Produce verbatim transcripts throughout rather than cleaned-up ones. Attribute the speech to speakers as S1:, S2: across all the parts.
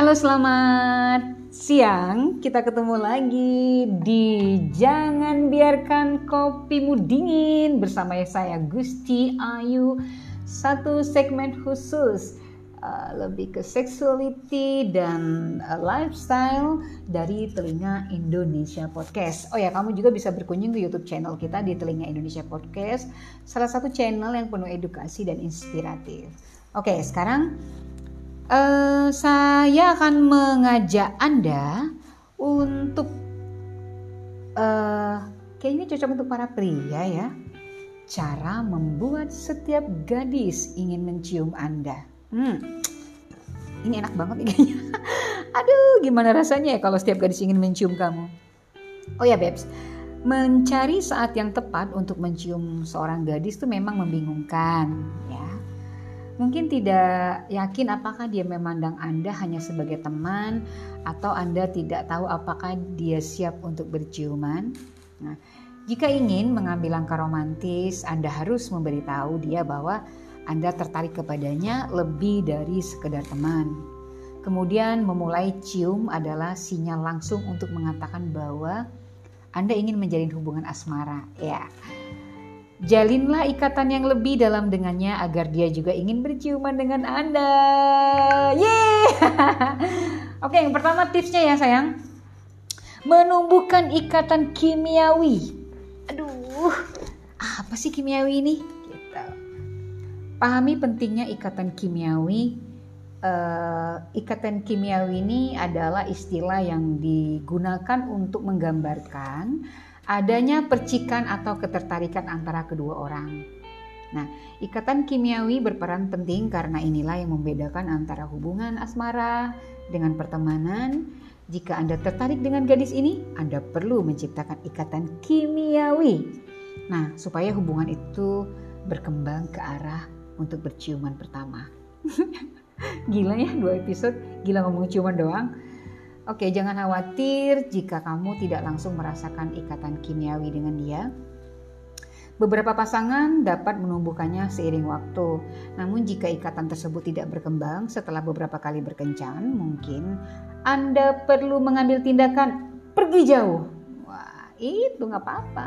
S1: Halo, selamat siang. Kita ketemu lagi di Jangan Biarkan Kopimu Dingin bersama saya Gusti Ayu. Satu segmen khusus uh, lebih ke sexuality dan uh, lifestyle dari Telinga Indonesia Podcast. Oh ya, kamu juga bisa berkunjung ke YouTube channel kita di Telinga Indonesia Podcast, salah satu channel yang penuh edukasi dan inspiratif. Oke, sekarang Uh, saya akan mengajak Anda untuk uh, kayaknya cocok untuk para pria ya, cara membuat setiap gadis ingin mencium Anda. Hmm, ini enak banget nih kayaknya. Aduh, gimana rasanya ya kalau setiap gadis ingin mencium kamu? Oh ya Babes, mencari saat yang tepat untuk mencium seorang gadis itu memang membingungkan ya. Mungkin tidak yakin apakah dia memandang Anda hanya sebagai teman atau Anda tidak tahu apakah dia siap untuk berciuman. Nah, jika ingin mengambil langkah romantis, Anda harus memberitahu dia bahwa Anda tertarik kepadanya lebih dari sekedar teman. Kemudian memulai cium adalah sinyal langsung untuk mengatakan bahwa Anda ingin menjalin hubungan asmara. Ya. Jalinlah ikatan yang lebih dalam dengannya agar dia juga ingin berciuman dengan Anda. Yeay! Oke, yang pertama tipsnya ya sayang. Menumbuhkan ikatan kimiawi. Aduh, apa sih kimiawi ini? Gitu. Pahami pentingnya ikatan kimiawi. Uh, ikatan kimiawi ini adalah istilah yang digunakan untuk menggambarkan adanya percikan atau ketertarikan antara kedua orang. Nah, ikatan kimiawi berperan penting karena inilah yang membedakan antara hubungan asmara dengan pertemanan. Jika Anda tertarik dengan gadis ini, Anda perlu menciptakan ikatan kimiawi. Nah, supaya hubungan itu berkembang ke arah untuk berciuman pertama. Gila ya, dua episode, gila ngomong ciuman doang. Oke, jangan khawatir jika kamu tidak langsung merasakan ikatan kimiawi dengan dia. Beberapa pasangan dapat menumbuhkannya seiring waktu. Namun jika ikatan tersebut tidak berkembang setelah beberapa kali berkencan, mungkin Anda perlu mengambil tindakan pergi jauh. Wah, itu nggak apa-apa.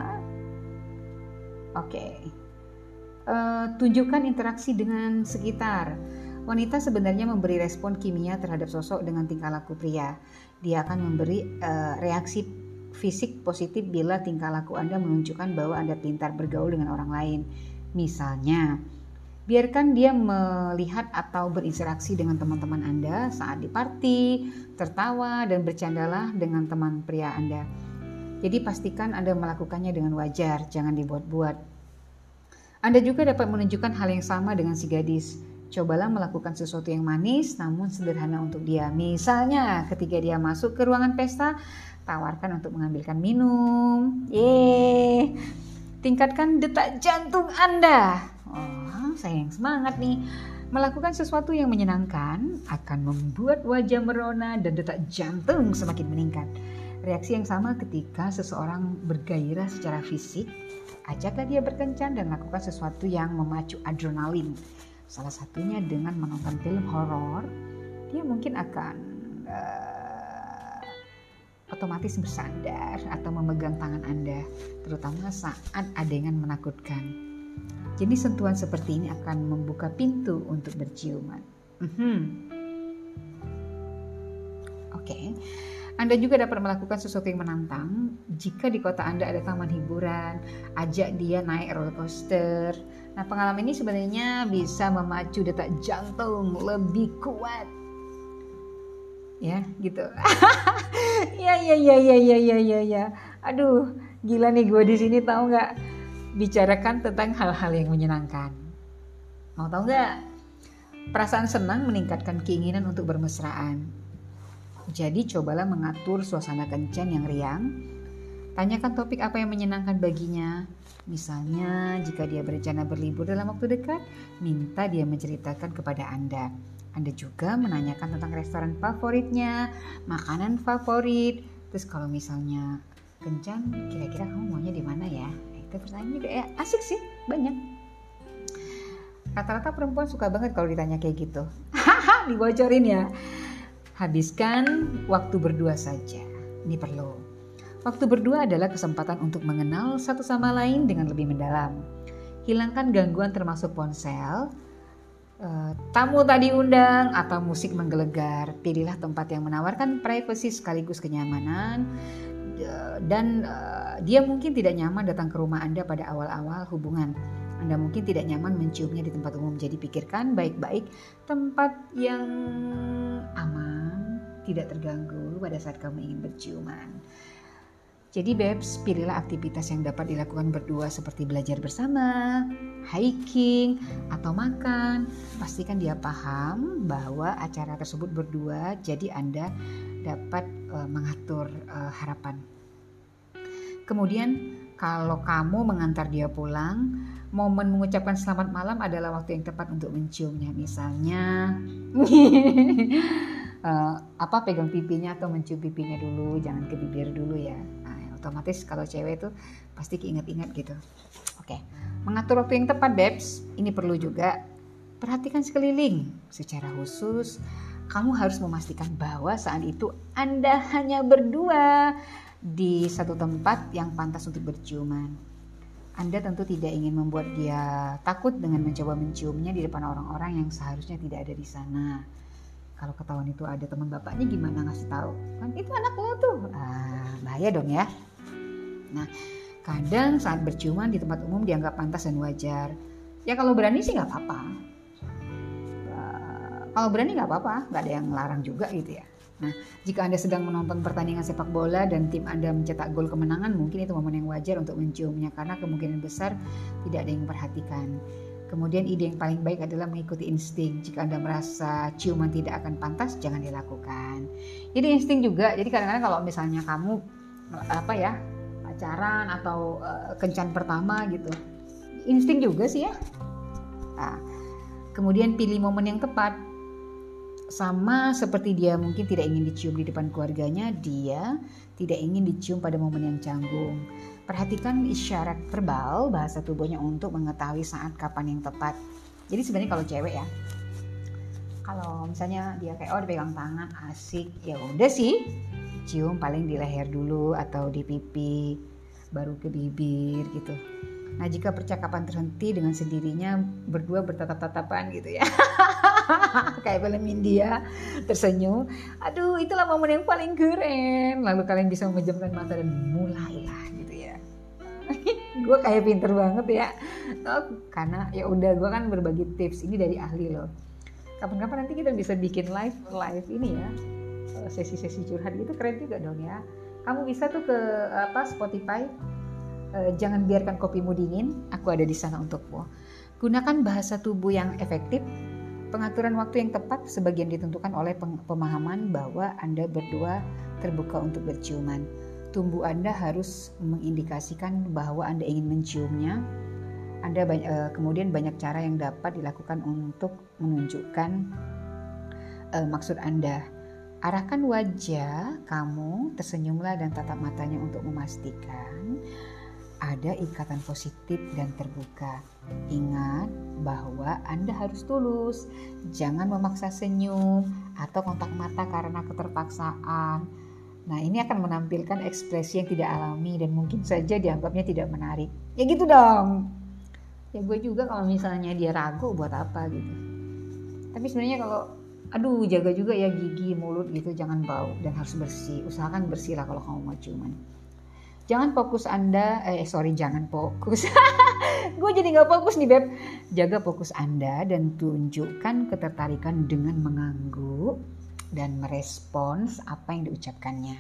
S1: Oke, uh, tunjukkan interaksi dengan sekitar. Wanita sebenarnya memberi respon kimia terhadap sosok dengan tingkah laku pria. Dia akan memberi uh, reaksi fisik positif bila tingkah laku Anda menunjukkan bahwa Anda pintar bergaul dengan orang lain. Misalnya, biarkan dia melihat atau berinteraksi dengan teman-teman Anda saat di party, tertawa dan bercandalah dengan teman pria Anda. Jadi pastikan Anda melakukannya dengan wajar, jangan dibuat-buat. Anda juga dapat menunjukkan hal yang sama dengan si gadis. Cobalah melakukan sesuatu yang manis namun sederhana untuk dia. Misalnya ketika dia masuk ke ruangan pesta, tawarkan untuk mengambilkan minum. Yeay. Tingkatkan detak jantung Anda. Oh, saya yang semangat nih. Melakukan sesuatu yang menyenangkan akan membuat wajah merona dan detak jantung semakin meningkat. Reaksi yang sama ketika seseorang bergairah secara fisik, ajaklah dia berkencan dan lakukan sesuatu yang memacu adrenalin. Salah satunya dengan menonton film horor, dia mungkin akan uh, otomatis bersandar atau memegang tangan Anda, terutama saat adegan menakutkan. Jadi sentuhan seperti ini akan membuka pintu untuk berciuman. Mm-hmm. Oke, okay. Anda juga dapat melakukan sesuatu yang menantang. Jika di kota Anda ada taman hiburan, ajak dia naik roller coaster. Nah, pengalaman ini sebenarnya bisa memacu detak jantung lebih kuat. Ya, gitu. Ya, ya, ya, ya, ya, ya, ya, ya. Aduh, gila nih gue di sini, tahu nggak? Bicarakan tentang hal-hal yang menyenangkan. Mau tahu nggak? Perasaan senang meningkatkan keinginan untuk bermesraan. Jadi cobalah mengatur suasana kencan yang riang. Tanyakan topik apa yang menyenangkan baginya. Misalnya jika dia berencana berlibur dalam waktu dekat, minta dia menceritakan kepada Anda. Anda juga menanyakan tentang restoran favoritnya, makanan favorit. Terus kalau misalnya kencan, kira-kira kamu maunya di mana ya? Itu pertanyaan juga ya, asik sih, banyak. Rata-rata perempuan suka banget kalau ditanya kayak gitu. Haha, dibocorin ya. Habiskan waktu berdua saja. Ini perlu. Waktu berdua adalah kesempatan untuk mengenal satu sama lain dengan lebih mendalam. Hilangkan gangguan termasuk ponsel, uh, tamu tak diundang, atau musik menggelegar. Pilihlah tempat yang menawarkan privasi sekaligus kenyamanan. Uh, dan uh, dia mungkin tidak nyaman datang ke rumah Anda pada awal-awal hubungan. Anda mungkin tidak nyaman menciumnya di tempat umum. Jadi pikirkan baik-baik tempat yang aman, tidak terganggu pada saat kamu ingin berciuman. Jadi babes, pilihlah aktivitas yang dapat dilakukan berdua seperti belajar bersama, hiking, atau makan. Pastikan dia paham bahwa acara tersebut berdua, jadi Anda dapat uh, mengatur uh, harapan. Kemudian kalau kamu mengantar dia pulang, momen mengucapkan selamat malam adalah waktu yang tepat untuk menciumnya. Misalnya uh, apa pegang pipinya atau mencium pipinya dulu, jangan ke bibir dulu ya. Otomatis kalau cewek itu pasti keinget-inget gitu. Oke, mengatur waktu yang tepat, babes. Ini perlu juga. Perhatikan sekeliling. Secara khusus, kamu harus memastikan bahwa saat itu Anda hanya berdua di satu tempat yang pantas untuk berciuman. Anda tentu tidak ingin membuat dia takut dengan mencoba menciumnya di depan orang-orang yang seharusnya tidak ada di sana. Kalau ketahuan itu ada teman bapaknya, gimana ngasih tahu? Kan itu anak lo tuh. Ah, bahaya dong ya. Nah, kadang saat berciuman di tempat umum dianggap pantas dan wajar. Ya kalau berani sih nggak apa-apa. Uh, kalau berani nggak apa-apa, nggak ada yang melarang juga gitu ya. Nah, jika Anda sedang menonton pertandingan sepak bola dan tim Anda mencetak gol kemenangan, mungkin itu momen yang wajar untuk menciumnya karena kemungkinan besar tidak ada yang memperhatikan. Kemudian ide yang paling baik adalah mengikuti insting. Jika Anda merasa ciuman tidak akan pantas, jangan dilakukan. Jadi insting juga. Jadi kadang-kadang kalau misalnya kamu apa ya, pacaran atau uh, kencan pertama gitu, insting juga sih ya. Nah, kemudian pilih momen yang tepat. Sama seperti dia mungkin tidak ingin dicium di depan keluarganya, dia tidak ingin dicium pada momen yang canggung. Perhatikan isyarat verbal bahasa tubuhnya untuk mengetahui saat kapan yang tepat. Jadi sebenarnya kalau cewek ya, kalau misalnya dia kayak oh dipegang tangan asik, ya udah sih cium paling di leher dulu atau di pipi, baru ke bibir gitu. Nah jika percakapan terhenti dengan sendirinya berdua bertatap-tatapan gitu ya, kayak film India, tersenyum, aduh itulah momen yang paling keren. Lalu kalian bisa memejamkan mata dan mulailah gitu ya. Gue kayak pinter banget ya, oh, karena ya udah gue kan berbagi tips ini dari ahli loh. Kapan-kapan nanti kita bisa bikin live live ini ya, sesi-sesi curhat gitu, keren juga dong ya. Kamu bisa tuh ke apa Spotify, e, jangan biarkan kopimu dingin, aku ada di sana untukmu. Gunakan bahasa tubuh yang efektif, pengaturan waktu yang tepat sebagian ditentukan oleh pemahaman bahwa Anda berdua terbuka untuk berciuman. Tubuh Anda harus mengindikasikan bahwa Anda ingin menciumnya. Anda banyak, e, kemudian banyak cara yang dapat dilakukan untuk menunjukkan e, maksud Anda. Arahkan wajah kamu, tersenyumlah dan tatap matanya untuk memastikan ada ikatan positif dan terbuka. Ingat bahwa Anda harus tulus, jangan memaksa senyum atau kontak mata karena keterpaksaan. Nah ini akan menampilkan ekspresi yang tidak alami dan mungkin saja dianggapnya tidak menarik. Ya gitu dong. Ya gue juga kalau misalnya dia ragu buat apa gitu. Tapi sebenarnya kalau aduh jaga juga ya gigi, mulut gitu, jangan bau dan harus bersih. Usahakan bersih lah kalau kamu mau ciuman. Jangan fokus Anda, eh sorry jangan fokus. Gue jadi gak fokus nih Beb. Jaga fokus Anda dan tunjukkan ketertarikan dengan mengangguk dan merespons apa yang diucapkannya.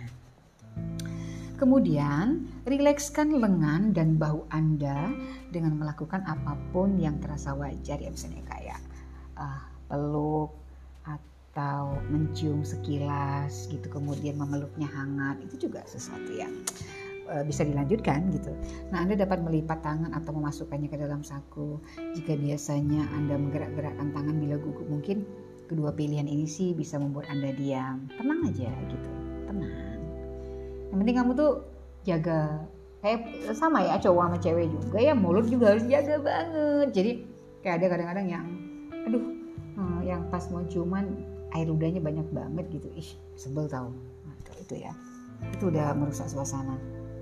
S1: Kemudian rilekskan lengan dan bahu Anda dengan melakukan apapun yang terasa wajar ya, misalnya kayak uh, peluk atau mencium sekilas gitu, kemudian memeluknya hangat, itu juga sesuatu yang uh, bisa dilanjutkan gitu. Nah Anda dapat melipat tangan atau memasukkannya ke dalam saku. Jika biasanya Anda menggerak-gerakkan tangan bila gugup, mungkin kedua pilihan ini sih bisa membuat Anda diam. Tenang aja gitu, tenang. Yang penting kamu tuh jaga, kayak sama ya cowok sama cewek juga ya, mulut juga harus jaga banget. Jadi kayak ada kadang-kadang yang aduh yang pas mau ciuman air ludahnya banyak banget gitu. Ih, sebel tau. Nah, itu ya. Itu udah merusak suasana.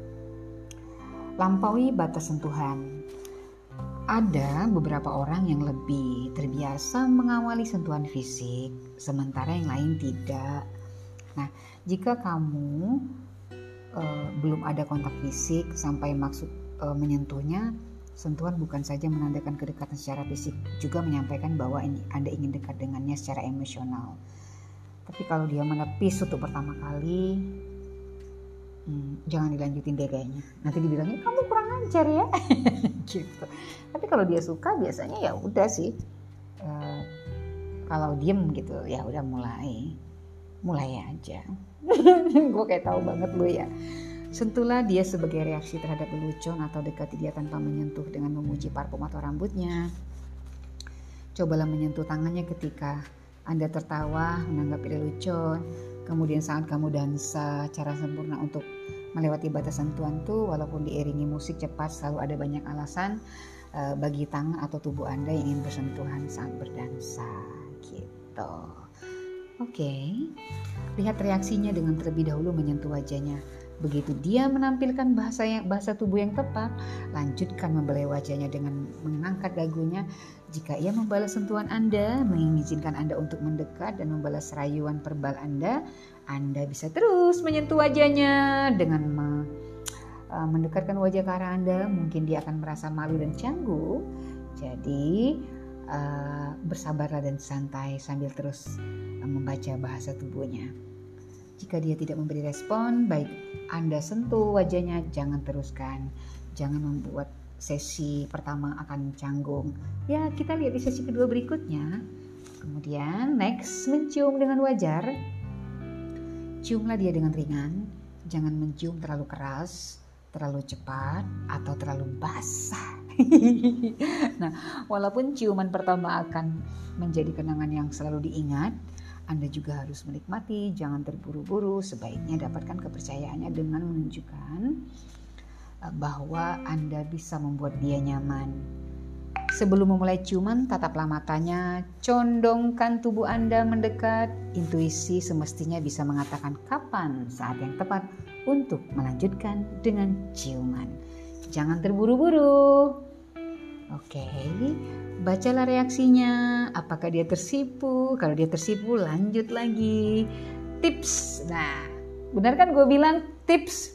S1: Lampaui batas sentuhan. Ada beberapa orang yang lebih terbiasa mengawali sentuhan fisik, sementara yang lain tidak. Nah, jika kamu uh, belum ada kontak fisik sampai maksud uh, menyentuhnya, sentuhan bukan saja menandakan kedekatan secara fisik, juga menyampaikan bahwa ini, Anda ingin dekat dengannya secara emosional. Tapi kalau dia menepis untuk pertama kali, hmm, jangan dilanjutin deh kayaknya. Nanti dibilangnya kamu kurang ajar ya, gitu. Tapi kalau dia suka biasanya ya udah sih. Uh, kalau diem gitu ya udah mulai, mulai aja. Gue kayak tahu banget lu ya. Sentuhlah dia sebagai reaksi terhadap lelucon atau dekati dia tanpa menyentuh dengan memuji parfum atau rambutnya. Cobalah menyentuh tangannya ketika Anda tertawa menanggapi lelucon. Kemudian saat kamu dansa cara sempurna untuk melewati batas sentuhan tuh, walaupun diiringi musik cepat, selalu ada banyak alasan uh, bagi tangan atau tubuh Anda yang ingin bersentuhan saat berdansa gitu. Oke, okay. Lihat reaksinya dengan terlebih dahulu menyentuh wajahnya. Begitu dia menampilkan bahasa yang, bahasa tubuh yang tepat, lanjutkan membelai wajahnya dengan mengangkat dagunya. Jika ia membalas sentuhan Anda, mengizinkan Anda untuk mendekat dan membalas rayuan verbal Anda, Anda bisa terus menyentuh wajahnya dengan me, uh, mendekatkan wajah ke arah Anda. Mungkin dia akan merasa malu dan canggung. Jadi uh, bersabarlah dan santai sambil terus uh, membaca bahasa tubuhnya. Jika dia tidak memberi respon, baik Anda sentuh wajahnya, jangan teruskan. Jangan membuat sesi pertama akan canggung. Ya, kita lihat di sesi kedua berikutnya. Kemudian next, mencium dengan wajar. Ciumlah dia dengan ringan. Jangan mencium terlalu keras, terlalu cepat, atau terlalu basah. Nah, walaupun ciuman pertama akan menjadi kenangan yang selalu diingat, Anda juga harus menikmati, jangan terburu-buru. Sebaiknya dapatkan kepercayaannya dengan menunjukkan bahwa Anda bisa membuat dia nyaman. Sebelum memulai ciuman, tataplah matanya, condongkan tubuh Anda mendekat. Intuisi semestinya bisa mengatakan kapan saat yang tepat untuk melanjutkan dengan ciuman. Jangan terburu-buru. Oke, bacalah reaksinya. Apakah dia tersipu? Kalau dia tersipu, lanjut lagi. Tips. Nah, benar kan gue bilang tips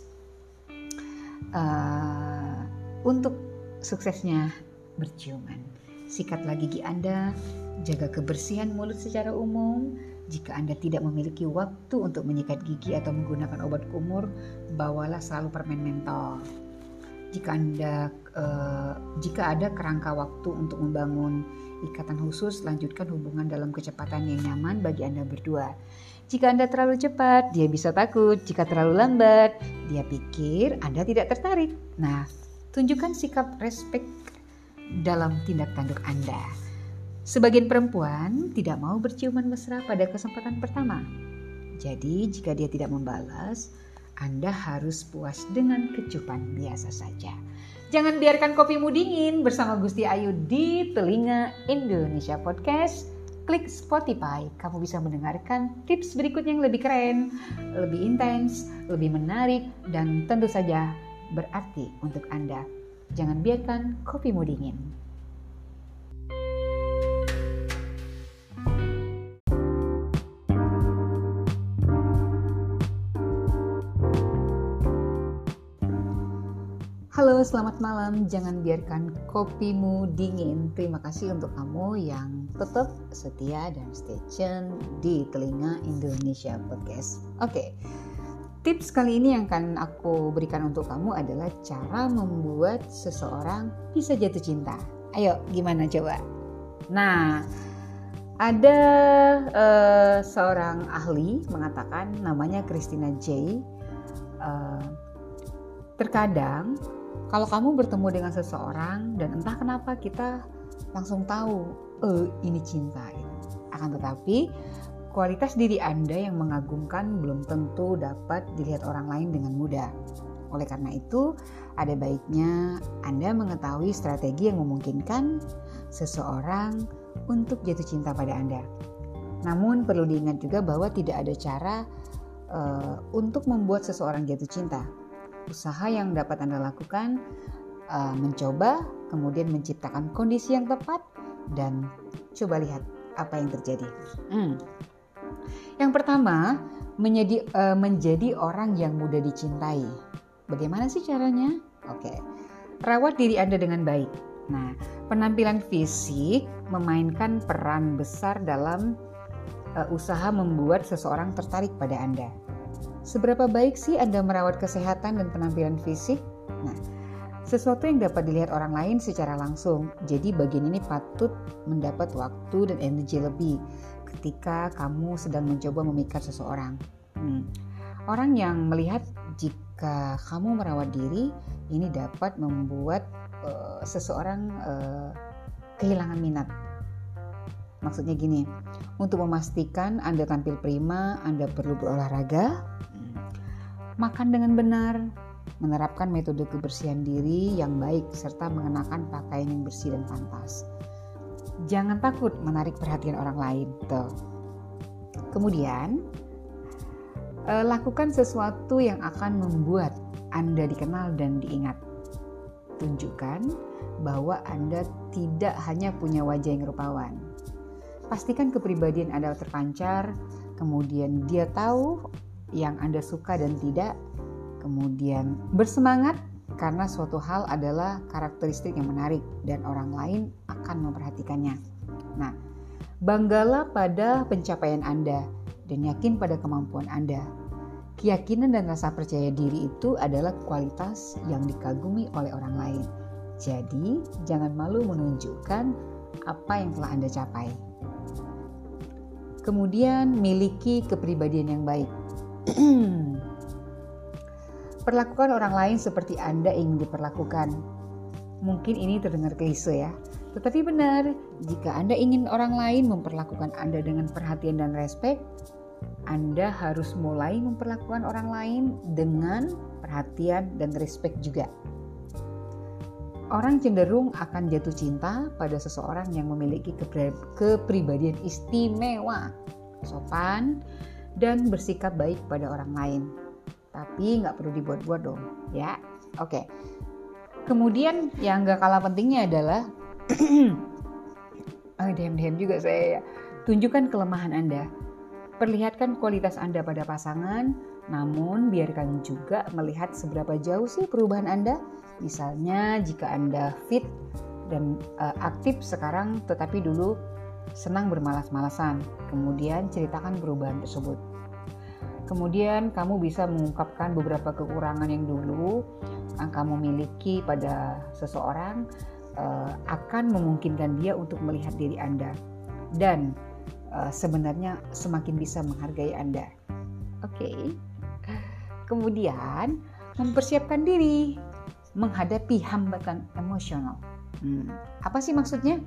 S1: uh, untuk suksesnya berciuman. Sikatlah gigi Anda, jaga kebersihan mulut secara umum. Jika Anda tidak memiliki waktu untuk menyikat gigi atau menggunakan obat kumur, bawalah selalu permen mentol. Jika Anda uh, jika ada kerangka waktu untuk membangun ikatan khusus, lanjutkan hubungan dalam kecepatan yang nyaman bagi Anda berdua. Jika Anda terlalu cepat, dia bisa takut. Jika terlalu lambat, dia pikir Anda tidak tertarik. Nah, tunjukkan sikap respek dalam tindak tanduk Anda. Sebagian perempuan tidak mau berciuman mesra pada kesempatan pertama. Jadi, jika dia tidak membalas, Anda harus puas dengan kecupan biasa saja. Jangan biarkan kopimu dingin bersama Gusti Ayu di Telinga Indonesia Podcast. Klik Spotify, kamu bisa mendengarkan tips berikutnya yang lebih keren, lebih intens, lebih menarik, dan tentu saja berarti untuk Anda. Jangan biarkan kopimu dingin. Halo, selamat malam. Jangan biarkan kopimu dingin. Terima kasih untuk kamu yang tetap setia dan stay tune di Telinga Indonesia Podcast. Oke, tips kali ini yang akan aku berikan untuk kamu adalah cara membuat seseorang bisa jatuh cinta. Ayo, gimana coba? Nah, ada uh, seorang ahli mengatakan, namanya Christina J. Uh, terkadang kalau kamu bertemu dengan seseorang dan entah kenapa kita langsung tahu, eh ini cinta. Akan tetapi kualitas diri Anda yang mengagumkan belum tentu dapat dilihat orang lain dengan mudah. Oleh karena itu, ada baiknya Anda mengetahui strategi yang memungkinkan seseorang untuk jatuh cinta pada Anda. Namun perlu diingat juga bahwa tidak ada cara uh, untuk membuat seseorang jatuh cinta. Usaha yang dapat Anda lakukan uh, mencoba, kemudian menciptakan kondisi yang tepat, dan coba lihat apa yang terjadi. Hmm. Yang pertama, menjadi uh, menjadi orang yang mudah dicintai. Bagaimana sih caranya? Oke, rawat diri Anda dengan baik. Nah, penampilan fisik memainkan peran besar dalam uh, usaha membuat seseorang tertarik pada Anda. Seberapa baik sih Anda merawat kesehatan dan penampilan fisik? Nah, sesuatu yang dapat dilihat orang lain secara langsung. Jadi bagian ini patut mendapat waktu dan energi lebih ketika kamu sedang mencoba memikat seseorang. Hmm. Orang yang melihat jika kamu merawat diri, ini dapat membuat uh, seseorang uh, kehilangan minat. Maksudnya gini, untuk memastikan Anda tampil prima, Anda perlu berolahraga, makan dengan benar, menerapkan metode kebersihan diri yang baik, serta mengenakan pakaian yang bersih dan pantas. Jangan takut menarik perhatian orang lain. Tuh. Kemudian, eh, lakukan sesuatu yang akan membuat Anda dikenal dan diingat. Tunjukkan bahwa Anda tidak hanya punya wajah yang rupawan. Pastikan kepribadian Anda terpancar, kemudian dia tahu yang Anda suka dan tidak. Kemudian bersemangat karena suatu hal adalah karakteristik yang menarik dan orang lain akan memperhatikannya. Nah, banggalah pada pencapaian Anda dan yakin pada kemampuan Anda. Keyakinan dan rasa percaya diri itu adalah kualitas yang dikagumi oleh orang lain. Jadi, jangan malu menunjukkan apa yang telah Anda capai. Kemudian, miliki kepribadian yang baik. Perlakukan orang lain seperti Anda ingin diperlakukan. Mungkin ini terdengar klise ya, tetapi benar. Jika Anda ingin orang lain memperlakukan Anda dengan perhatian dan respek, Anda harus mulai memperlakukan orang lain dengan perhatian dan respek juga. Orang cenderung akan jatuh cinta pada seseorang yang memiliki kepribadian istimewa, sopan, dan bersikap baik pada orang lain. Tapi nggak perlu dibuat-buat dong, ya. Oke. Kemudian yang nggak kalah pentingnya adalah, ah dem-dem juga saya ya. Tunjukkan kelemahan Anda. Perlihatkan kualitas Anda pada pasangan, namun biarkan juga melihat seberapa jauh sih perubahan Anda. Misalnya jika Anda fit dan uh, aktif sekarang, tetapi dulu senang bermalas-malasan. Kemudian ceritakan perubahan tersebut. Kemudian kamu bisa mengungkapkan beberapa kekurangan yang dulu yang kamu miliki pada seseorang, uh, akan memungkinkan dia untuk melihat diri Anda dan uh, sebenarnya semakin bisa menghargai Anda. Oke. Okay. Kemudian mempersiapkan diri menghadapi hambatan emosional. Hmm, apa sih maksudnya?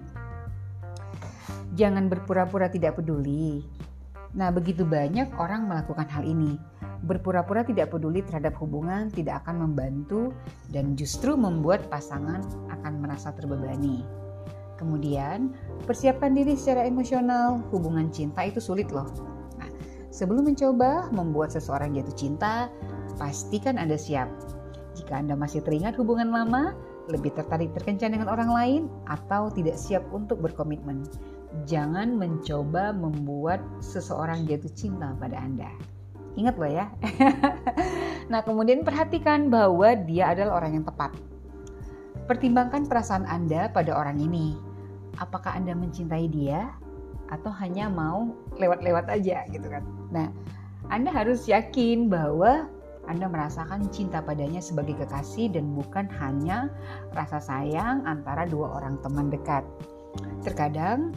S1: Jangan berpura-pura tidak peduli. Nah, begitu banyak orang melakukan hal ini. Berpura-pura tidak peduli terhadap hubungan tidak akan membantu dan justru membuat pasangan akan merasa terbebani. Kemudian, persiapkan diri secara emosional. Hubungan cinta itu sulit loh. Nah, sebelum mencoba membuat seseorang jatuh cinta, pastikan Anda siap. Jika Anda masih teringat hubungan lama, lebih tertarik terkencan dengan orang lain, atau tidak siap untuk berkomitmen, jangan mencoba membuat seseorang jatuh cinta pada Anda. Ingat loh ya. Nah, kemudian perhatikan bahwa dia adalah orang yang tepat. Pertimbangkan perasaan Anda pada orang ini. Apakah Anda mencintai dia atau hanya mau lewat-lewat aja gitu kan. Nah, Anda harus yakin bahwa Anda merasakan cinta padanya sebagai kekasih dan bukan hanya rasa sayang antara dua orang teman dekat. Terkadang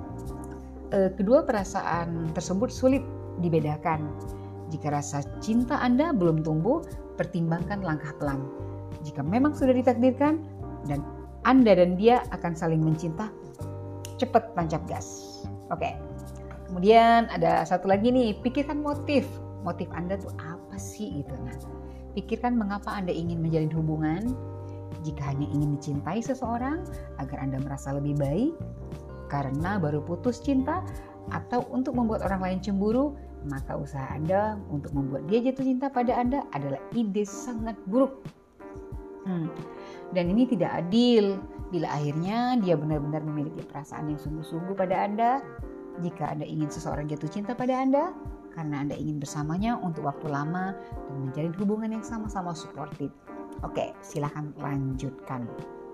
S1: eh, kedua perasaan tersebut sulit dibedakan. Jika rasa cinta Anda belum tumbuh, pertimbangkan langkah pelan. Jika memang sudah ditakdirkan dan Anda dan dia akan saling mencinta, cepat tancap gas. Oke. Kemudian ada satu lagi nih, pikirkan motif. Motif Anda tuh apa sih gitu. Nah, pikirkan mengapa Anda ingin menjalin hubungan. Jika hanya ingin dicintai seseorang agar Anda merasa lebih baik karena baru putus cinta, atau untuk membuat orang lain cemburu, maka usaha Anda untuk membuat dia jatuh cinta pada Anda adalah ide sangat buruk. Hmm. Dan ini tidak adil bila akhirnya dia benar-benar memiliki perasaan yang sungguh-sungguh pada Anda. Jika Anda ingin seseorang jatuh cinta pada Anda, karena Anda ingin bersamanya untuk waktu lama dan menjalin hubungan yang sama-sama suportif. Oke, silakan lanjutkan.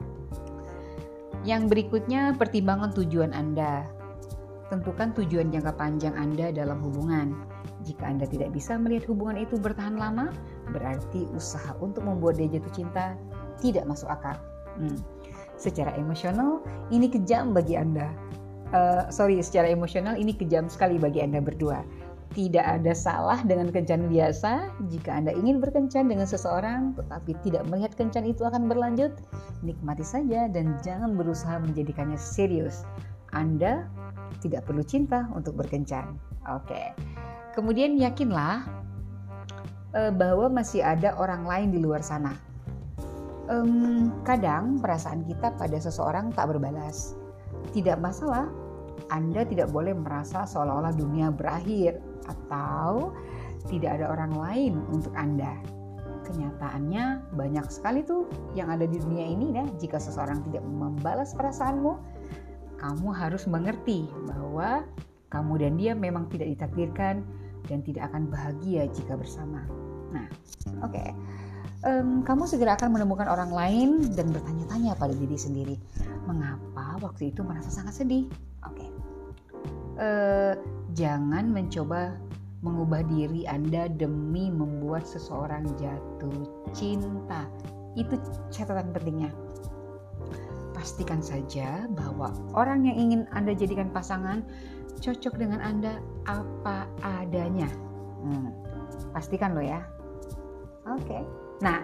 S1: Yang berikutnya, pertimbangan tujuan Anda. Tentukan tujuan jangka panjang Anda dalam hubungan. Jika Anda tidak bisa melihat hubungan itu bertahan lama, berarti usaha untuk membuat dia jatuh cinta tidak masuk akal. Hmm. Secara emosional, ini kejam bagi Anda. Uh, sorry, secara emosional ini kejam sekali bagi Anda berdua. Tidak ada salah dengan kencan biasa. Jika Anda ingin berkencan dengan seseorang tetapi tidak melihat kencan itu akan berlanjut, nikmati saja dan jangan berusaha menjadikannya serius. Anda tidak perlu cinta untuk berkencan. Oke. Kemudian yakinlah uh, bahwa masih ada orang lain di luar sana. Um, kadang perasaan kita pada seseorang tak berbalas. Tidak masalah. Anda tidak boleh merasa seolah-olah dunia berakhir atau tidak ada orang lain untuk Anda. Kenyataannya banyak sekali tuh yang ada di dunia ini ya. Jika seseorang tidak membalas perasaanmu, kamu harus mengerti bahwa kamu dan dia memang tidak ditakdirkan dan tidak akan bahagia jika bersama. Nah, oke. Okay. Um, kamu segera akan menemukan orang lain dan bertanya-tanya pada diri sendiri, mengapa waktu itu merasa sangat sedih? Oke, okay. uh, jangan mencoba mengubah diri Anda demi membuat seseorang jatuh cinta. Itu catatan pentingnya. Pastikan saja bahwa orang yang ingin Anda jadikan pasangan cocok dengan Anda apa adanya. Hmm, pastikan lo ya. Oke. Okay. Nah,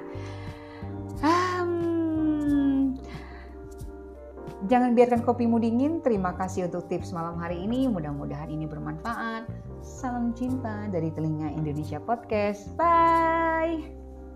S1: um, jangan biarkan kopimu dingin. Terima kasih untuk tips malam hari ini. Mudah-mudahan ini bermanfaat. Salam cinta dari Telinga Indonesia Podcast. Bye.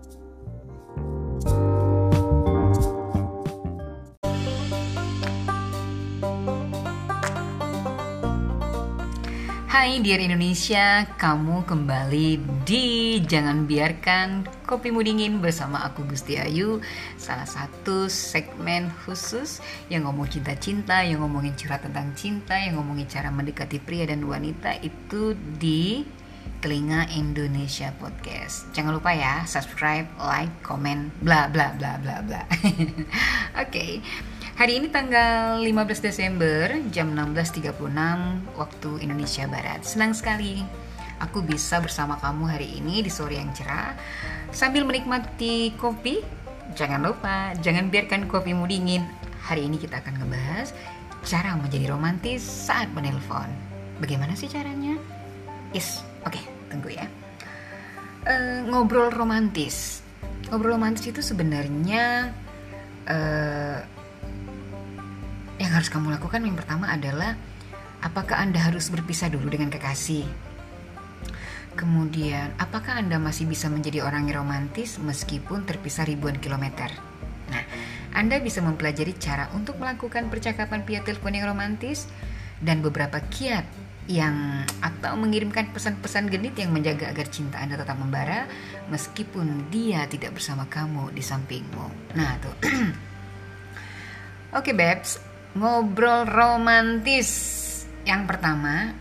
S1: Hai Dear Indonesia, kamu kembali di Jangan Biarkan Kopimu Dingin bersama aku Gusti Ayu. Salah satu segmen khusus yang ngomong cinta-cinta, yang ngomongin curhat tentang cinta, yang ngomongin cara mendekati pria dan wanita itu di Telinga Indonesia Podcast. Jangan lupa ya, subscribe, like, komen, bla bla bla bla bla. Oke. Okay. Hari ini tanggal lima belas Desember jam enam belas tiga puluh enam waktu Indonesia Barat. Senang sekali aku bisa bersama kamu hari ini di sore yang cerah sambil menikmati kopi. Jangan lupa, jangan biarkan kopimu dingin. Hari ini kita akan ngebahas cara menjadi romantis saat menelpon. Bagaimana sih caranya? Yes, oke, okay, tunggu ya. Uh, ngobrol romantis. Ngobrol romantis itu sebenarnya uh, yang harus kamu lakukan yang pertama adalah apakah Anda harus berpisah dulu dengan kekasih? Kemudian, apakah Anda masih bisa menjadi orang yang romantis meskipun terpisah ribuan kilometer? Nah, Anda bisa mempelajari cara untuk melakukan percakapan via telepon yang romantis dan beberapa kiat yang atau mengirimkan pesan-pesan genit yang menjaga agar cinta Anda tetap membara meskipun dia tidak bersama kamu di sampingmu. Nah, tuh. Oke, okay, babes. Ngobrol romantis. Yang pertama,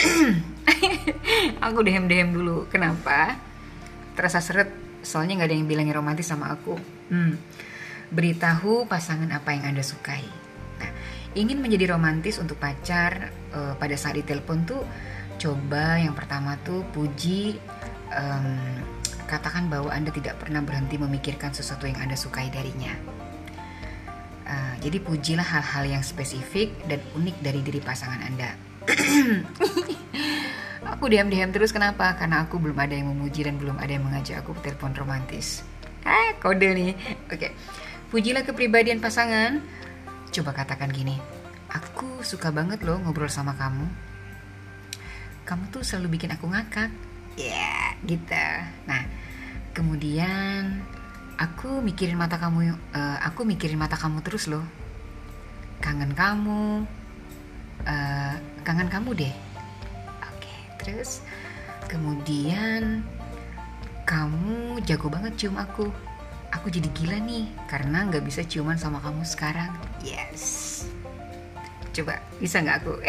S1: aku dehem-dehem dulu. Kenapa? Terasa seret, soalnya gak ada yang bilangnya romantis sama aku. hmm. Beritahu pasangan apa yang Anda sukai. Nah, ingin menjadi romantis untuk pacar uh, pada saat ditelepon tuh, coba yang pertama tuh puji, um, katakan bahwa Anda tidak pernah berhenti memikirkan sesuatu yang Anda sukai darinya. Uh, jadi pujilah hal-hal yang spesifik dan unik dari diri pasangan Anda. Aku diam-diam terus, kenapa? Karena aku belum ada yang memuji dan belum ada yang mengajak aku telepon romantis. Ah, kode nih. Oke. Okay. Pujilah kepribadian pasangan. Coba katakan gini, aku suka banget loh ngobrol sama kamu. Kamu tuh selalu bikin aku ngakak. Ya, yeah, gitu. Nah, kemudian Aku mikirin mata kamu, uh, aku mikirin mata kamu terus loh. Kangen kamu, uh, kangen kamu deh. Terus kemudian kamu jago banget cium aku. Aku jadi gila nih karena gak bisa ciuman sama kamu sekarang. Yes. Coba, bisa gak aku?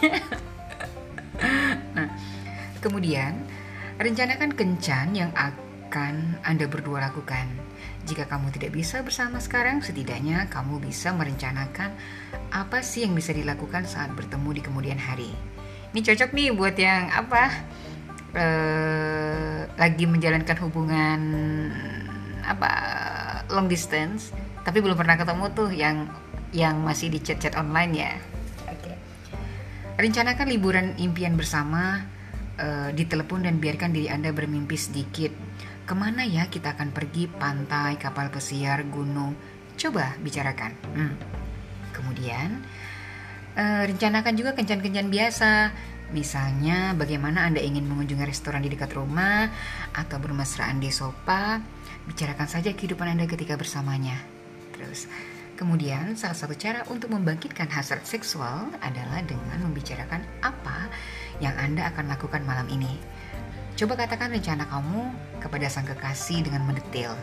S1: Nah, kemudian rencanakan kencan yang akan Anda berdua lakukan. Jika kamu tidak bisa bersama sekarang, setidaknya kamu bisa merencanakan apa sih yang bisa dilakukan saat bertemu di kemudian hari. Ini cocok nih buat yang apa? Uh, lagi menjalankan hubungan apa long distance tapi belum pernah ketemu tuh, yang yang masih di chat-chat online ya. Oke. Okay. Rencanakan liburan impian bersama uh, di telepon dan biarkan diri Anda bermimpi sedikit. Kemana ya kita akan pergi? Pantai, kapal pesiar, gunung? Coba bicarakan. Hmm. Kemudian uh, rencanakan juga kencan-kencan biasa. Misalnya bagaimana Anda ingin mengunjungi restoran di dekat rumah atau bermesraan di sofa. Bicarakan saja kehidupan Anda ketika bersamanya. Terus kemudian salah satu cara untuk membangkitkan hasrat seksual adalah dengan membicarakan apa yang Anda akan lakukan malam ini. Coba katakan rencana kamu kepada sang kekasih dengan mendetail.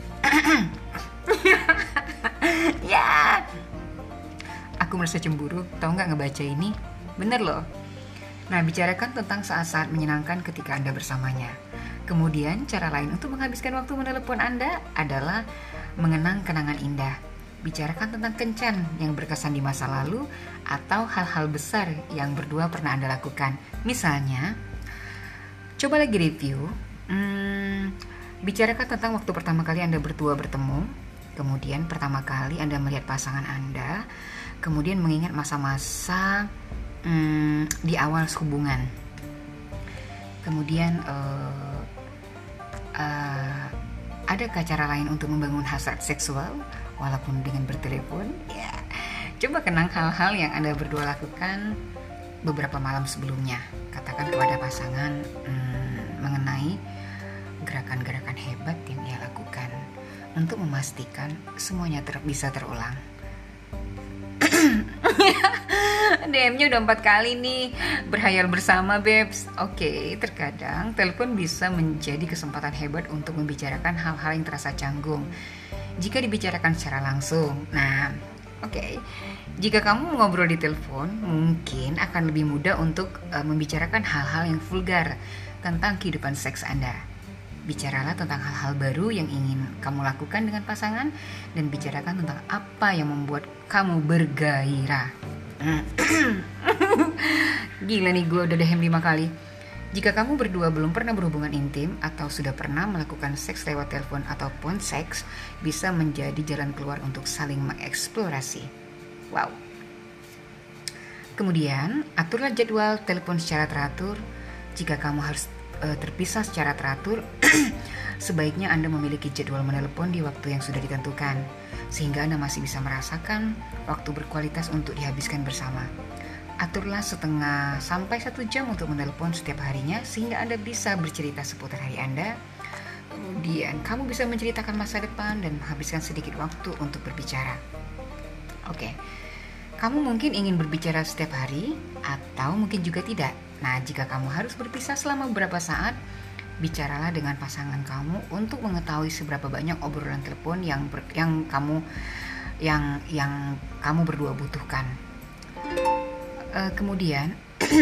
S1: Ya, aku merasa cemburu, tahu nggak ngebaca ini? Bener loh. Nah, bicarakan tentang saat-saat menyenangkan ketika Anda bersamanya. Kemudian, cara lain untuk menghabiskan waktu menelepon Anda adalah mengenang kenangan indah. Bicarakan tentang kencan yang berkesan di masa lalu atau hal-hal besar yang berdua pernah Anda lakukan. Misalnya, coba lagi review, hmm, bicarakan tentang waktu pertama kali Anda berdua bertemu, kemudian pertama kali Anda melihat pasangan Anda, kemudian mengingat masa-masa Hmm, di awal hubungan. Kemudian uh, uh, adakah cara lain untuk membangun hasrat seksual walaupun dengan bertelepon? Ya, coba kenang hal-hal yang Anda berdua lakukan beberapa malam sebelumnya. Katakan kepada pasangan hmm, mengenai gerakan-gerakan hebat yang ia lakukan untuk memastikan semuanya ter- bisa terulang. D M-nya udah empat kali nih. Berhayal bersama, Babes. Oke, okay, terkadang telepon bisa menjadi kesempatan hebat untuk membicarakan hal-hal yang terasa canggung jika dibicarakan secara langsung. Nah, oke, okay. Jika kamu ngobrol di telepon, mungkin akan lebih mudah untuk uh, membicarakan hal-hal yang vulgar tentang kehidupan seks Anda. Bicaralah tentang hal-hal baru yang ingin kamu lakukan dengan pasangan dan bicarakan tentang apa yang membuat kamu bergairah. Gila nih, gue udah D M lima kali. Jika kamu berdua belum pernah berhubungan intim atau sudah pernah melakukan seks lewat telepon ataupun seks, bisa menjadi jalan keluar untuk saling mengeksplorasi. Wow. Kemudian, aturlah jadwal telepon secara teratur. Jika kamu harus uh, terpisah secara teratur, sebaiknya Anda memiliki jadwal menelepon di waktu yang sudah ditentukan, sehingga Anda masih bisa merasakan waktu berkualitas untuk dihabiskan bersama. Aturlah setengah sampai satu jam untuk menelepon setiap harinya, sehingga Anda bisa bercerita seputar hari Anda. Kemudian kamu bisa menceritakan masa depan dan menghabiskan sedikit waktu untuk berbicara. Oke, kamu mungkin ingin berbicara setiap hari atau mungkin juga tidak. Nah, jika kamu harus berpisah selama beberapa saat, bicaralah dengan pasangan kamu untuk mengetahui seberapa banyak obrolan telepon yang ber, yang kamu yang yang kamu berdua butuhkan. Uh, kemudian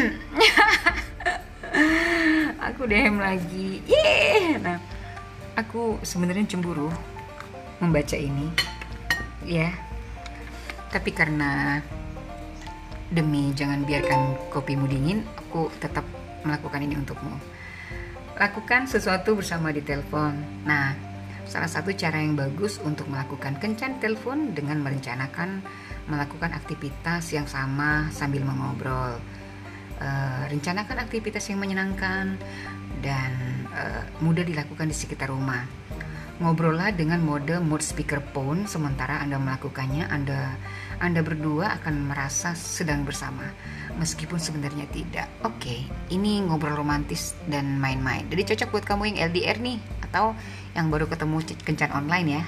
S1: aku D M lagi. Yeay. Nah, aku sebenarnya cemburu membaca ini, ya. Tapi karena demi jangan biarkan kopimu dingin, aku tetap melakukan ini untukmu. Lakukan sesuatu bersama di telepon. Nah, salah satu cara yang bagus untuk melakukan kencan telepon dengan merencanakan melakukan aktivitas yang sama sambil mengobrol. Uh, rencanakan aktivitas yang menyenangkan dan uh, mudah dilakukan di sekitar rumah. Ngobrollah dengan mode mode speakerphone sementara Anda melakukannya. Anda Anda berdua akan merasa sedang bersama, meskipun sebenarnya tidak. Oke, okay, ini ngobrol romantis dan main-main. Jadi cocok buat kamu yang L D R nih, atau yang baru ketemu kencan online ya.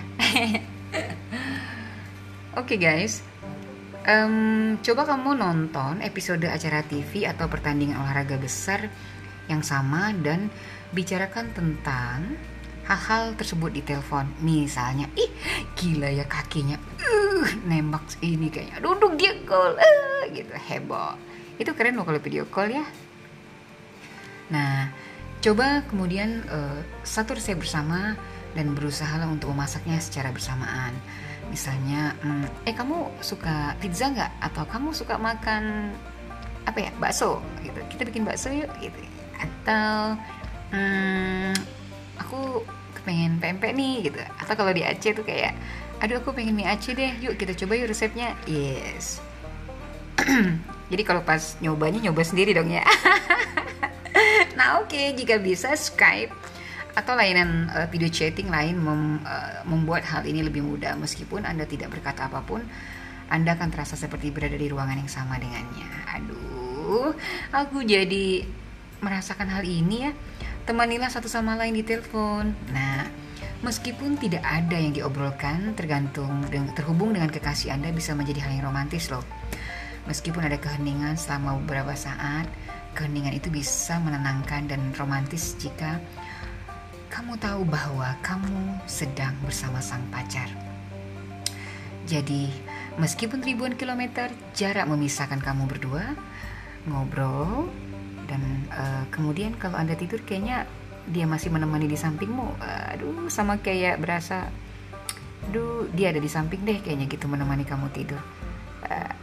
S1: Oke okay, guys, um, coba kamu nonton episode acara T V atau pertandingan olahraga besar yang sama dan bicarakan tentang hal-hal tersebut di telepon. Misalnya, ih gila ya kakinya, uh, nembak ini kayaknya, duduk dia call, uh, gitu, heboh. Itu keren loh kalau video call ya. Nah, coba kemudian uh, satu resep bersama dan berusaha untuk memasaknya secara bersamaan. Misalnya, hmm, eh kamu suka pizza nggak? Atau kamu suka makan apa ya, bakso? Gitu. Kita bikin bakso yuk, gitu. Atau, hmm, aku pengen pempek nih, gitu. Atau kalau di Aceh tuh kayak, aduh aku pengen mie Aceh deh, yuk kita coba yuk resepnya. Yes. Jadi kalau pas nyobanya nyoba sendiri dong ya. Nah oke, okay, jika bisa Skype atau layanan uh, video chatting lain mem, uh, membuat hal ini lebih mudah. Meskipun Anda tidak berkata apapun, Anda akan terasa seperti berada di ruangan yang sama dengannya. Aduh, aku jadi merasakan hal ini ya. Temanilah satu sama lain di telepon. Nah, meskipun tidak ada yang diobrolkan, tergantung dengan, terhubung dengan kekasih Anda bisa menjadi hal yang romantis loh. Meskipun ada keheningan selama beberapa saat, keheningan itu bisa menenangkan dan romantis jika kamu tahu bahwa kamu sedang bersama sang pacar. Jadi, meskipun ribuan kilometer jarak memisahkan kamu berdua, ngobrol, dan uh, kemudian kalau Anda tidur kayaknya dia masih menemani di sampingmu. Uh, aduh, sama kayak berasa, aduh dia ada di samping deh kayaknya gitu menemani kamu tidur. Uh,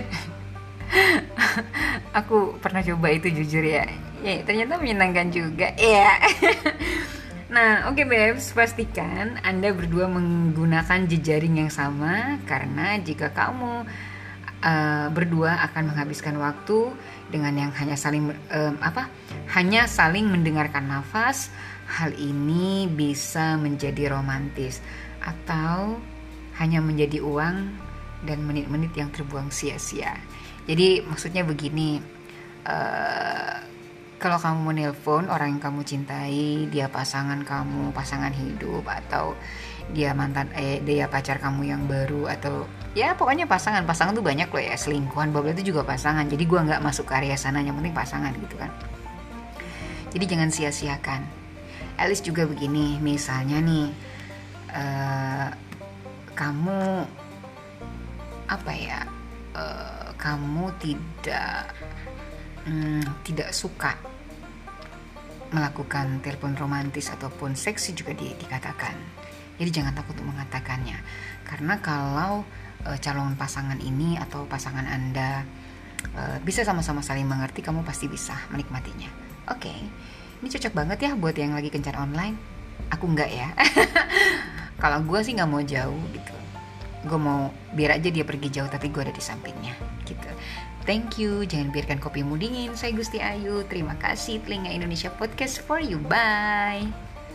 S1: aku pernah coba itu jujur ya, ya ternyata menyenangkan juga. Ya. Nah, oke okay, babes, pastikan Anda berdua menggunakan jejaring yang sama karena jika kamu uh, berdua akan menghabiskan waktu dengan yang hanya saling um, apa? hanya saling mendengarkan nafas, hal ini bisa menjadi romantis atau hanya menjadi uang dan menit-menit yang terbuang sia-sia. Jadi maksudnya begini, uh, kalau kamu mau nelpon orang yang kamu cintai, dia pasangan kamu, pasangan hidup, atau dia mantan, eh dia pacar kamu yang baru, atau ya pokoknya pasangan, pasangan tuh banyak loh ya, selingkuhan, babla itu juga pasangan. Jadi gue nggak masuk ke area sana, yang penting pasangan gitu kan. Jadi jangan sia-siakan. At least juga begini, misalnya nih, uh, kamu apa ya, uh, kamu tidak Hmm, tidak suka melakukan telepon romantis ataupun seksi juga di, dikatakan. Jadi jangan takut untuk mengatakannya. Karena kalau e, calon pasangan ini atau pasangan Anda e, bisa sama-sama saling mengerti, kamu pasti bisa menikmatinya. Oke, okay. Ini cocok banget ya buat yang lagi kencan online. Aku enggak ya. Kalau gue sih nggak mau jauh gitu. Gue mau biar aja dia pergi jauh tapi gue ada di sampingnya gitu. Thank you, jangan biarkan kopimu dingin. Saya Gusti Ayu, terima kasih Telinga Indonesia Podcast for you, bye.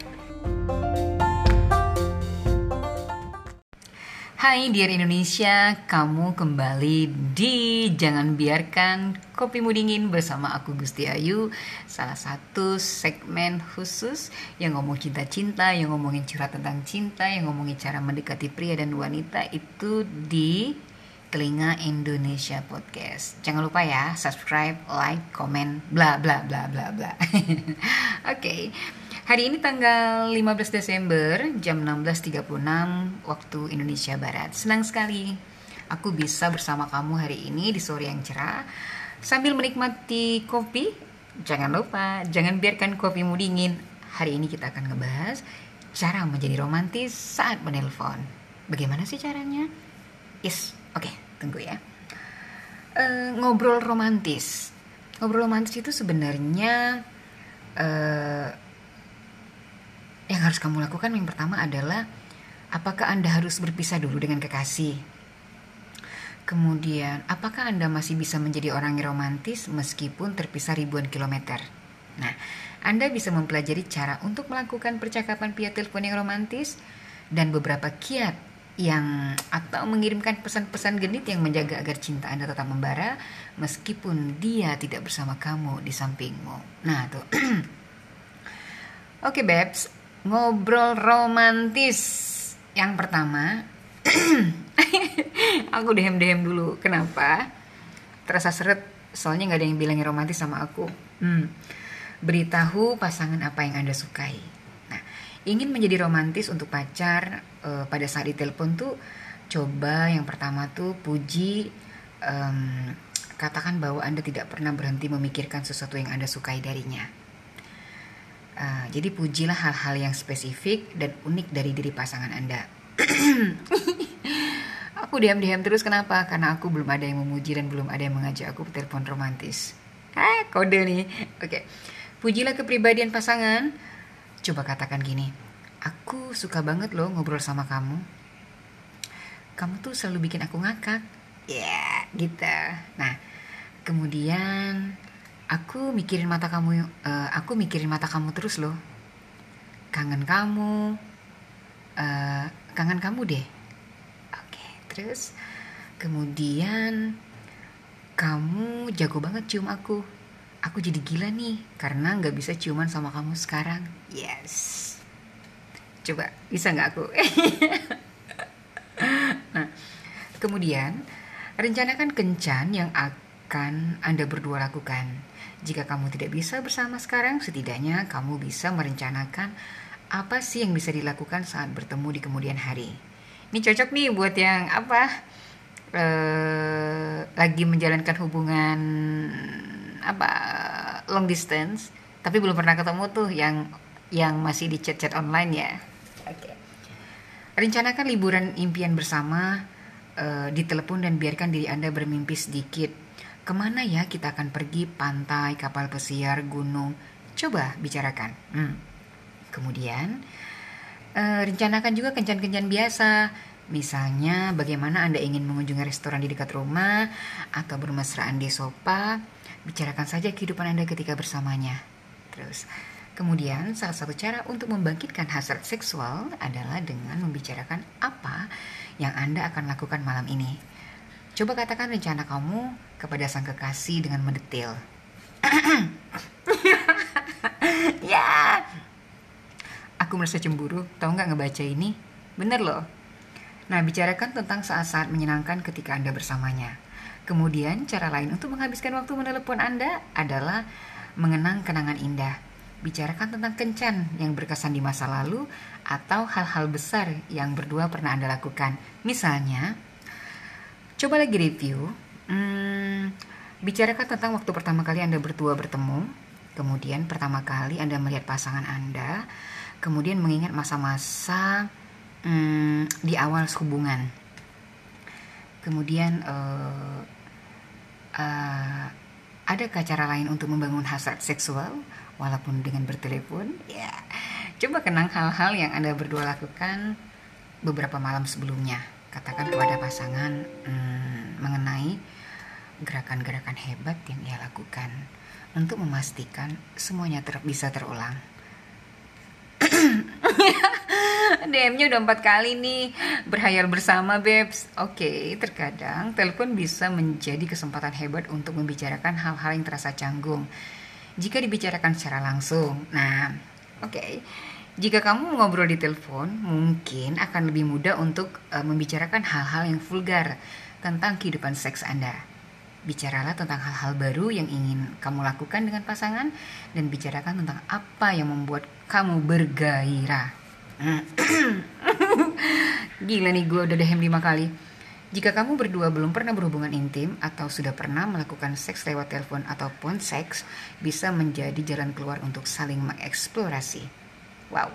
S1: Hai Dear Indonesia, kamu kembali di Jangan Biarkan Kopimu Dingin bersama aku Gusti Ayu. Salah satu segmen khusus yang ngomong cinta-cinta, yang ngomongin curhat tentang cinta, yang ngomongin cara mendekati pria dan wanita itu di Telinga Indonesia Podcast. Jangan lupa ya, subscribe, like, komen, bla bla bla bla bla. Oke. Okay. Hari ini tanggal lima belas Desember jam enam belas tiga puluh enam waktu Indonesia Barat. Senang sekali aku bisa bersama kamu hari ini di sore yang cerah sambil menikmati kopi. Jangan lupa, jangan biarkan kopimu dingin. Hari ini kita akan ngebahas cara menjadi romantis saat menelpon. Bagaimana sih caranya? Yes, oke, okay, tunggu ya. Uh, ngobrol romantis. Ngobrol romantis itu sebenarnya uh, yang harus kamu lakukan yang pertama adalah apakah Anda harus berpisah dulu dengan kekasih? Kemudian, apakah Anda masih bisa menjadi orang yang romantis meskipun terpisah ribuan kilometer? Nah, Anda bisa mempelajari cara untuk melakukan percakapan via telepon yang romantis dan beberapa kiat yang atau mengirimkan pesan-pesan genit yang menjaga agar cinta Anda tetap membara meskipun dia tidak bersama kamu di sampingmu. Nah, tuh. Oke, okay, babes. Ngobrol romantis. Yang pertama, aku dehem-dehem dulu. Kenapa? Terasa seret, soalnya gak ada yang bilangin romantis sama aku. hmm. Beritahu pasangan apa yang Anda sukai. Nah, ingin menjadi romantis untuk pacar uh, pada saat ditelepon tuh, coba yang pertama tuh puji, um, katakan bahwa Anda tidak pernah berhenti memikirkan sesuatu yang Anda sukai darinya. Uh, jadi pujilah hal-hal yang spesifik dan unik dari diri pasangan Anda. Aku diam-diam terus, kenapa? Karena aku belum ada yang memuji dan belum ada yang mengajak aku telepon romantis. Ah, kode nih. Oke. Okay. Pujilah kepribadian pasangan. Coba katakan gini, aku suka banget loh ngobrol sama kamu. Kamu tuh selalu bikin aku ngakak. Ya, yeah, gitu. Nah, kemudian aku mikirin mata kamu, uh, aku mikirin mata kamu terus loh. Kangen kamu, uh, kangen kamu deh. Oke, okay, terus kemudian kamu jago banget cium aku. Aku jadi gila nih karena gak bisa ciuman sama kamu sekarang. Yes. Coba, bisa gak aku? Nah, kemudian rencanakan kencan yang akan Anda berdua lakukan. Jika kamu tidak bisa bersama sekarang, setidaknya kamu bisa merencanakan apa sih yang bisa dilakukan saat bertemu di kemudian hari. Ini cocok nih buat yang apa? Eh, lagi menjalankan hubungan apa long distance tapi belum pernah ketemu tuh, yang yang masih di chat-chat online ya. Oke. Okay. Rencanakan liburan impian bersama, uh, di telepon dan biarkan diri Anda bermimpi sedikit. Kemana ya kita akan pergi? Pantai, kapal pesiar, gunung? Coba bicarakan. Hmm. Kemudian uh, rencanakan juga kencan-kencan biasa. Misalnya bagaimana Anda ingin mengunjungi restoran di dekat rumah atau bermesraan di sofa. Bicarakan saja kehidupan Anda ketika bersamanya. Terus, kemudian salah satu cara untuk membangkitkan hasrat seksual adalah dengan membicarakan apa yang Anda akan lakukan malam ini. Coba katakan rencana kamu kepada sang kekasih dengan mendetail. Ya, aku merasa cemburu, tahu nggak ngebaca ini? Bener loh. Nah, bicarakan tentang saat-saat menyenangkan ketika Anda bersamanya. Kemudian cara lain untuk menghabiskan waktu menelepon Anda adalah mengenang kenangan indah. Bicarakan tentang kencan yang berkesan di masa lalu atau hal-hal besar yang berdua pernah Anda lakukan. Misalnya, coba lagi review, hmm, bicarakan tentang waktu pertama kali Anda berdua bertemu, kemudian pertama kali Anda melihat pasangan Anda, kemudian mengingat masa-masa hmm, di awal hubungan. Kemudian uh, uh, adakah cara lain untuk membangun hasrat seksual walaupun dengan bertelepon? Ya, coba kenang hal-hal yang Anda berdua lakukan beberapa malam sebelumnya. Katakan kepada pasangan hmm, mengenai gerakan-gerakan hebat yang ia lakukan untuk memastikan semuanya ter- bisa terulang. D M-nya udah empat kali nih. Berhayal bersama, Babes. Oke, okay, terkadang telepon bisa menjadi kesempatan hebat untuk membicarakan hal-hal yang terasa canggung jika dibicarakan secara langsung. Nah, oke. Okay. Jika kamu ngobrol di telepon, mungkin akan lebih mudah untuk uh, membicarakan hal-hal yang vulgar tentang kehidupan seks Anda. Bicaralah tentang hal-hal baru yang ingin kamu lakukan dengan pasangan dan bicarakan tentang apa yang membuat kamu bergairah. Gila nih, gue udah D M lima kali. Jika kamu berdua belum pernah berhubungan intim atau sudah pernah melakukan seks lewat telepon ataupun seks, bisa menjadi jalan keluar untuk saling mengeksplorasi. Wow.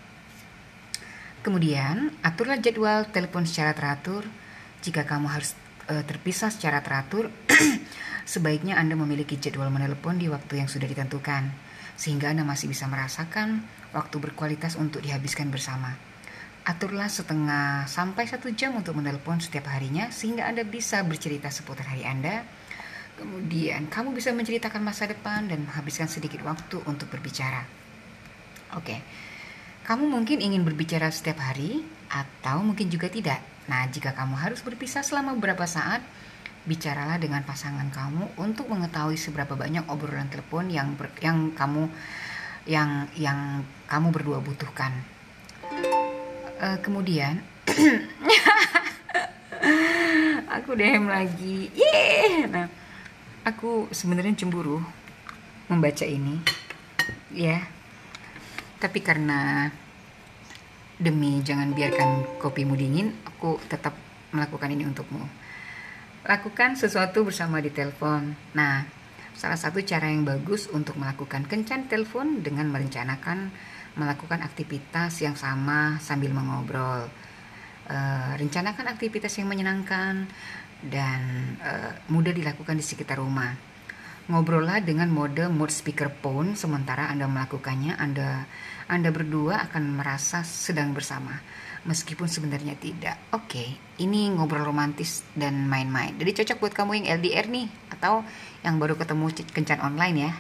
S1: Kemudian, aturlah jadwal telepon secara teratur. Jika kamu harus e, terpisah secara teratur, sebaiknya Anda memiliki jadwal menelepon di waktu yang sudah ditentukan, sehingga Anda masih bisa merasakan waktu berkualitas untuk dihabiskan bersama. Aturlah setengah sampai satu jam untuk menelepon setiap harinya, sehingga Anda bisa bercerita seputar hari Anda. Kemudian kamu bisa menceritakan masa depan dan menghabiskan sedikit waktu untuk berbicara. Oke, kamu mungkin ingin berbicara setiap hari atau mungkin juga tidak. Nah, jika kamu harus berpisah selama beberapa saat, bicaralah dengan pasangan kamu untuk mengetahui seberapa banyak obrolan telepon yang ber, yang kamu yang yang kamu berdua butuhkan. Uh, kemudian aku D M lagi. Yeay. Nah, aku sebenarnya cemburu membaca ini. ya. Tapi karena demi jangan biarkan kopimu dingin, aku tetap melakukan ini untukmu. Lakukan sesuatu bersama di telepon. Nah, salah satu cara yang bagus untuk melakukan kencan telepon dengan merencanakan melakukan aktivitas yang sama sambil mengobrol. Uh, rencanakan aktivitas yang menyenangkan dan uh, mudah dilakukan di sekitar rumah. Ngobrollah dengan mode mode speakerphone sementara Anda melakukannya. Anda Anda berdua akan merasa sedang bersama, meskipun sebenarnya tidak. Oke, ini ngobrol romantis dan main-main. Jadi cocok buat kamu yang L D R nih, atau yang baru ketemu kencan online ya.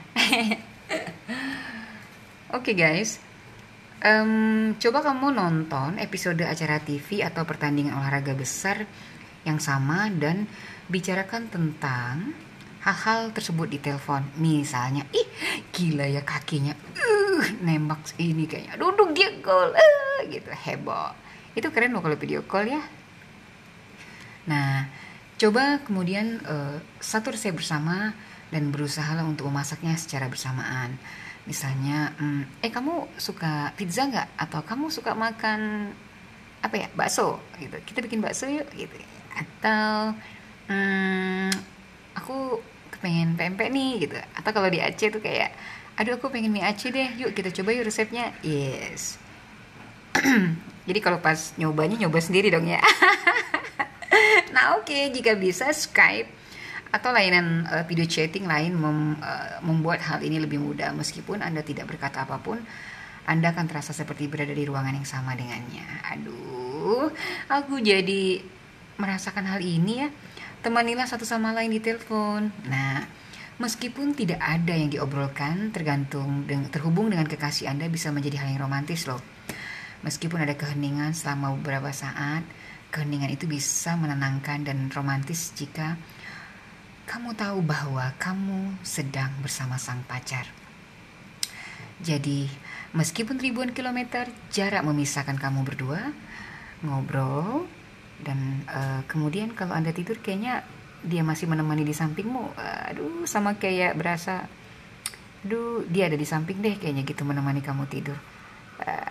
S1: Oke guys, um, coba kamu nonton episode acara T V atau pertandingan olahraga besar yang sama dan bicarakan tentang hal-hal tersebut di telepon. Misalnya, ih gila ya kakinya, uh, nembak ini kayaknya, duduk dia gol, uh, gitu, heboh. Itu keren loh kalau video call ya. Nah, coba kemudian uh, satu resep bersama dan berusaha untuk memasaknya secara bersamaan. Misalnya, um, eh kamu suka pizza nggak? Atau kamu suka makan apa ya, bakso? Gitu. Kita bikin bakso yuk, gitu. Atau um, aku pengen pempek nih gitu. Atau kalau di Aceh tuh kayak, aduh aku pengen mie Aceh deh, yuk kita coba yuk resepnya. Yes. Jadi kalau pas nyobanya nyoba sendiri dong ya. Nah oke, okay, jika bisa Skype atau layanan uh, video chatting lain mem, uh, membuat hal ini lebih mudah. Meskipun Anda tidak berkata apapun, Anda akan terasa seperti berada di ruangan yang sama dengannya. Aduh, aku jadi merasakan hal ini ya. Temanilah satu sama lain di telepon. Nah, meskipun tidak ada yang diobrolkan, tergantung dengan, terhubung dengan kekasih Anda bisa menjadi hal yang romantis loh. Meskipun ada keheningan selama beberapa saat, keheningan itu bisa menenangkan dan romantis jika kamu tahu bahwa kamu sedang bersama sang pacar. Jadi, meskipun ribuan kilometer jarak memisahkan kamu berdua, ngobrol. Dan uh, kemudian kalau Anda tidur kayaknya dia masih menemani di sampingmu. uh, Aduh, sama kayak berasa, aduh dia ada di samping deh kayaknya gitu, menemani kamu tidur. uh,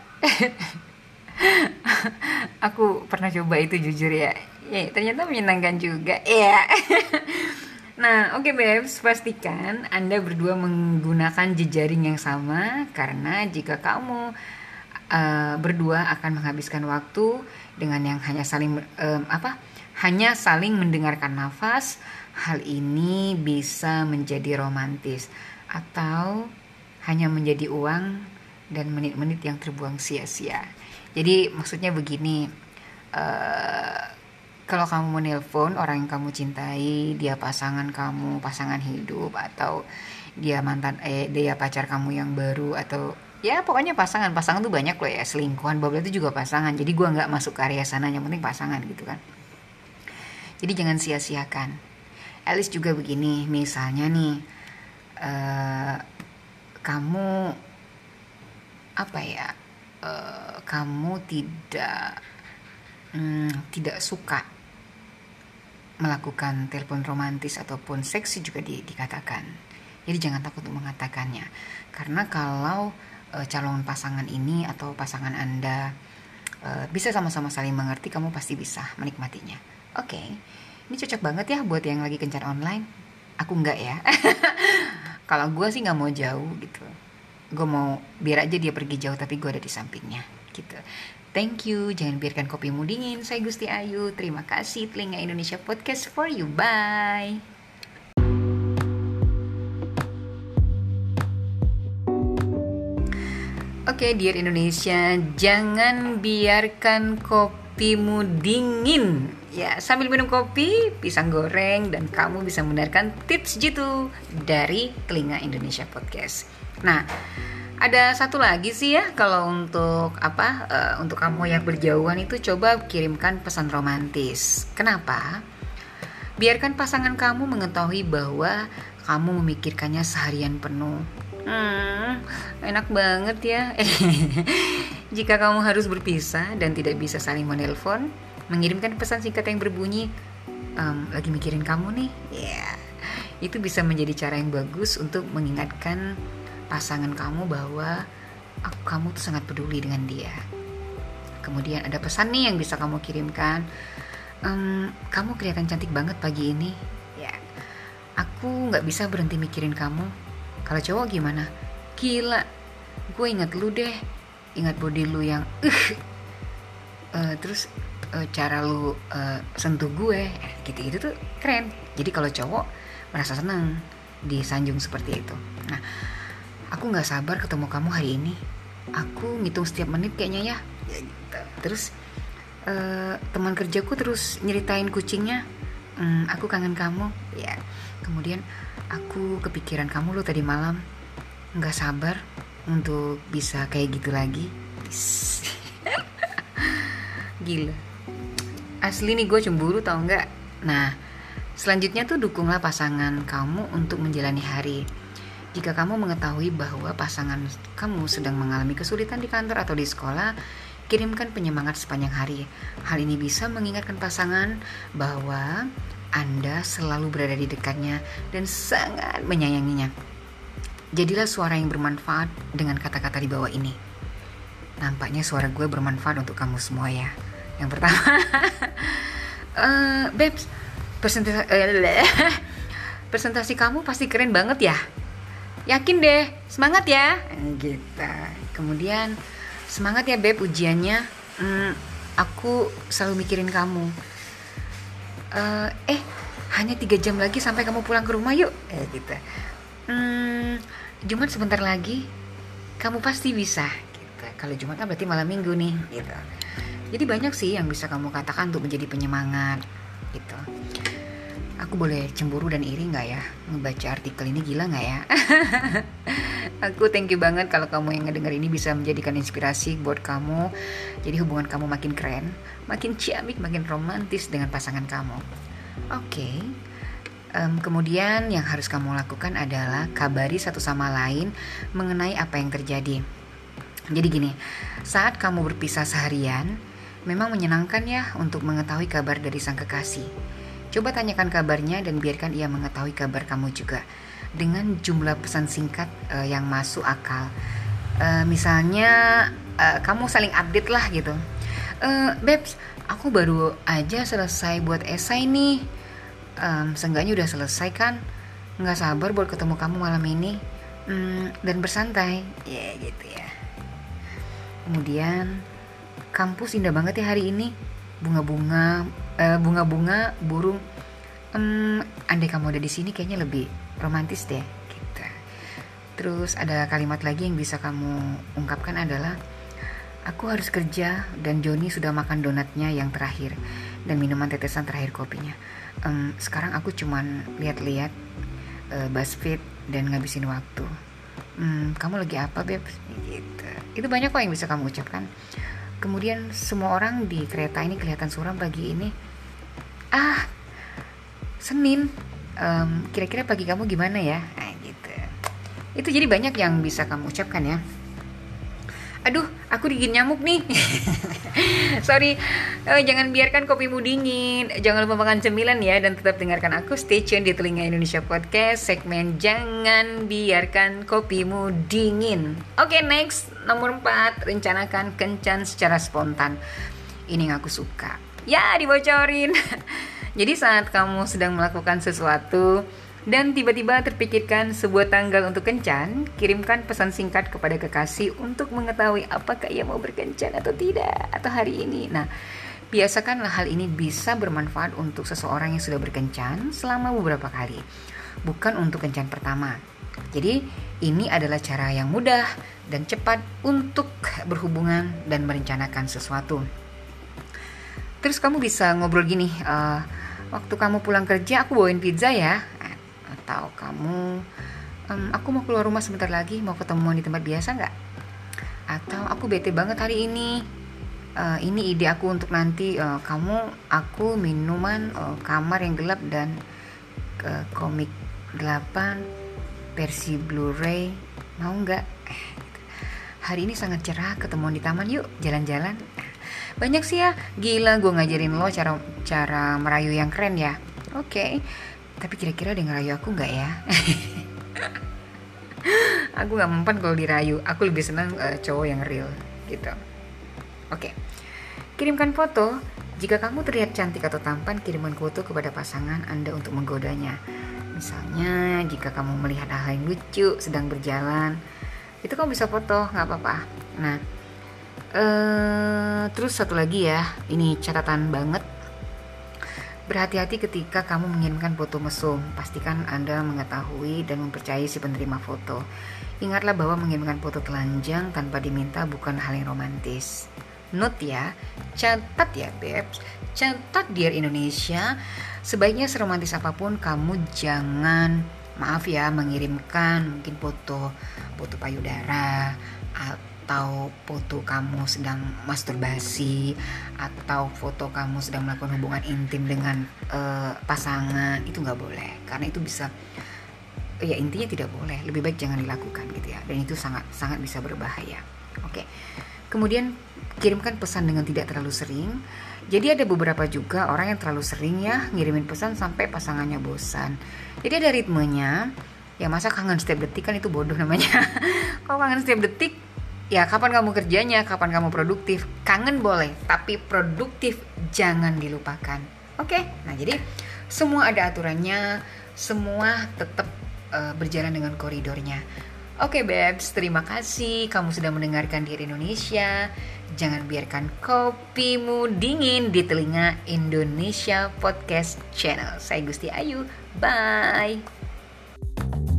S1: Aku pernah coba itu jujur ya, ya ternyata menyenangkan juga ya. Nah oke okay, babes, pastikan Anda berdua menggunakan jejaring yang sama. Karena jika kamu uh, berdua akan menghabiskan waktu dengan yang hanya saling um, apa hanya saling mendengarkan nafas, hal ini bisa menjadi romantis atau hanya menjadi uang dan menit-menit yang terbuang sia-sia. Jadi maksudnya begini, uh, kalau kamu menelpon orang yang kamu cintai, dia pasangan kamu, pasangan hidup, atau dia mantan eh dia pacar kamu yang baru, atau ya pokoknya pasangan, pasangan tuh banyak loh ya, selingkuhan, babla itu juga pasangan. Jadi gue nggak masuk ke area sana, yang penting pasangan gitu kan. Jadi jangan sia-siakan. At least juga begini, misalnya nih, uh, kamu apa ya, uh, kamu tidak um, tidak suka melakukan telepon romantis ataupun seksi juga di, dikatakan. Jadi jangan takut untuk mengatakannya, karena kalau calon pasangan ini atau pasangan Anda uh, bisa sama-sama saling mengerti, kamu pasti bisa menikmatinya. Oke, okay. Ini cocok banget ya buat yang lagi kencan online. Aku enggak ya. Kalau gue sih nggak mau jauh gitu. Gue mau biar aja dia pergi jauh tapi gue ada di sampingnya gitu. Thank you, jangan biarkan kopimu dingin. Saya Gusti Ayu, terima kasih Telinga Indonesia Podcast for you. Bye. Oke, okay, dear Indonesia, jangan biarkan kopimu dingin. Ya, sambil minum kopi, pisang goreng, dan kamu bisa mendengarkan tips gitu dari Telinga Indonesia Podcast. Nah, ada satu lagi sih ya, kalau untuk apa? Uh, untuk kamu yang berjauhan itu coba kirimkan pesan romantis. Kenapa? Biarkan pasangan kamu mengetahui bahwa kamu memikirkannya seharian penuh. Hmm, enak banget ya. Jika kamu harus berpisah dan tidak bisa saling menelpon, mengirimkan pesan singkat yang berbunyi, ehm, lagi mikirin kamu nih. Ya, yeah. Itu bisa menjadi cara yang bagus untuk mengingatkan pasangan kamu bahwa aku, kamu tuh sangat peduli dengan dia. Kemudian ada pesan nih yang bisa kamu kirimkan. ehm, Kamu kelihatan cantik banget pagi ini. Ya, aku nggak bisa berhenti mikirin kamu. Kalau cowok gimana? Gila, gue ingat lu deh. Ingat body lu yang uh, uh terus uh, cara lu uh, sentuh gue, gitu-gitu tuh keren. Jadi kalau cowok merasa senang disanjung seperti itu. Nah, aku nggak sabar ketemu kamu hari ini. Aku ngitung setiap menit kayaknya ya. Terus uh, teman kerjaku terus nyeritain kucingnya. Hmm, aku kangen kamu. Ya. Kemudian aku kepikiran kamu lo tadi malam. Nggak sabar untuk bisa kayak gitu lagi. Gila. Asli nih gue cemburu tau nggak? Nah, selanjutnya tuh dukunglah pasangan kamu untuk menjalani hari. Jika kamu mengetahui bahwa pasangan kamu sedang mengalami kesulitan di kantor atau di sekolah, kirimkan penyemangat sepanjang hari. Hal ini bisa mengingatkan pasangan bahwa Anda selalu berada di dekatnya dan sangat menyayanginya. Jadilah suara yang bermanfaat dengan kata-kata di bawah ini. Nampaknya suara gue bermanfaat untuk kamu semua ya. Yang pertama, uh, Babes, presentasi, uh, presentasi kamu pasti keren banget ya. Yakin deh, semangat ya. Gitu. Kemudian, semangat ya Beb ujiannya. Hmm, aku selalu mikirin kamu. Uh, eh, hanya tiga jam lagi sampai kamu pulang ke rumah yuk. Eh, gitu. Hmm, Jumat sebentar lagi, kamu pasti bisa. Gitu. Kalau Jumat kan berarti malam minggu nih. Gitu. Jadi banyak sih yang bisa kamu katakan untuk menjadi penyemangat. Gitu. Aku boleh cemburu dan iri gak ya ngebaca artikel ini, gila gak ya? Aku thank you banget kalau kamu yang ngedenger ini bisa menjadikan inspirasi buat kamu. Jadi hubungan kamu makin keren, makin ciamik, makin romantis dengan pasangan kamu. Oke, okay. um, Kemudian yang harus kamu lakukan adalah kabari satu sama lain mengenai apa yang terjadi. Jadi gini, saat kamu berpisah seharian, memang menyenangkan ya untuk mengetahui kabar dari sang kekasih. Coba tanyakan kabarnya dan biarkan ia mengetahui kabar kamu juga dengan jumlah pesan singkat uh, yang masuk akal. Uh, misalnya uh, kamu saling update lah gitu. Uh, Babes, aku baru aja selesai buat esai nih. Um, seenggaknya udah selesai kan? Nggak sabar buat ketemu kamu malam ini. Um, dan bersantai. Ya yeah, gitu ya. Kemudian kampus indah banget ya hari ini. Bunga-bunga, uh, bunga-bunga, burung. Um, andai kamu ada di sini, kayaknya lebih romantis deh. Gitu. Terus ada kalimat lagi yang bisa kamu ungkapkan adalah, aku harus kerja dan Joni sudah makan donatnya yang terakhir dan minuman tetesan terakhir kopinya. Um, sekarang aku cuman lihat-lihat uh, BuzzFeed dan ngabisin waktu. Um, kamu lagi apa, Beb? Gitu. Itu banyak kok yang bisa kamu ucapkan. Kemudian semua orang di kereta ini kelihatan suram pagi ini. Ah, Senin. Um, kira-kira pagi kamu gimana ya? Nah, gitu. Itu jadi banyak yang bisa kamu ucapkan ya. Aduh, aku digigit nyamuk nih. Sorry. Oh, jangan biarkan kopimu dingin. Jangan lupa makan cemilan ya. Dan tetap dengarkan aku. Stay tune di Telinga Indonesia Podcast. Segmen Jangan Biarkan Kopimu Dingin. Oke, okay, next. Nomor empat. Rencanakan kencan secara spontan. Ini yang aku suka. Ya, dibocorin. Jadi saat kamu sedang melakukan sesuatu dan tiba-tiba terpikirkan sebuah tanggal untuk kencan, kirimkan pesan singkat kepada kekasih untuk mengetahui apakah ia mau berkencan atau tidak, atau hari ini. Nah, biasakanlah hal ini bisa bermanfaat untuk seseorang yang sudah berkencan selama beberapa kali, bukan untuk kencan pertama. Jadi, ini adalah cara yang mudah dan cepat untuk berhubungan dan merencanakan sesuatu. Terus kamu bisa ngobrol gini, uh, waktu kamu pulang kerja aku bawain pizza ya. Atau kamu, um, aku mau keluar rumah sebentar lagi, mau ketemuan di tempat biasa nggak? Atau aku bete banget hari ini, uh, ini ide aku untuk nanti, uh, kamu, aku minuman, uh, kamar yang gelap dan uh, komik delapan versi Blu-ray, mau nggak? Eh, hari ini sangat cerah, ketemuan di taman yuk, jalan-jalan. Banyak sih ya, gila gue ngajarin lo cara cara merayu yang keren ya. Oke. Okay. Tapi kira-kira dia ngerayu aku gak ya? Aku nggak mempan kalau dirayu. Aku lebih senang uh, cowok yang real gitu. Oke. Kirimkan foto. Jika kamu terlihat cantik atau tampan, kirimkan foto kepada pasangan Anda untuk menggodanya. Misalnya, jika kamu melihat hal yang lucu sedang berjalan, itu kamu bisa foto, nggak apa-apa. Nah, uh, terus satu lagi ya, ini catatan banget. Berhati-hati ketika kamu mengirimkan foto mesum. Pastikan Anda mengetahui dan mempercayai si penerima foto. Ingatlah bahwa mengirimkan foto telanjang tanpa diminta bukan hal yang romantis. Note ya, catat ya Babes, catat Dear Indonesia. Sebaiknya seromantis apapun kamu jangan, maaf ya, mengirimkan mungkin foto foto payudara atau foto kamu sedang masturbasi atau foto kamu sedang melakukan hubungan intim dengan uh, pasangan. Itu nggak boleh, karena itu bisa, ya intinya tidak boleh. Lebih baik jangan dilakukan gitu ya, dan itu sangat sangat bisa berbahaya. Oke. Kemudian kirimkan pesan dengan tidak terlalu sering. Jadi ada beberapa juga orang yang terlalu sering ya ngirimin pesan sampai pasangannya bosan. Jadi ada ritmenya. Ya masa kangen setiap detik, kan itu bodoh namanya. Kalau kangen setiap detik, ya kapan kamu kerjanya, kapan kamu produktif. Kangen boleh, tapi produktif jangan dilupakan. Oke, nah jadi semua ada aturannya, semua tetap uh, berjalan dengan koridornya. Oke Babes, terima kasih kamu sudah mendengarkan Dear Indonesia. Jangan biarkan kopimu dingin di telinga Indonesia Podcast Channel. Saya Gusti Ayu, bye.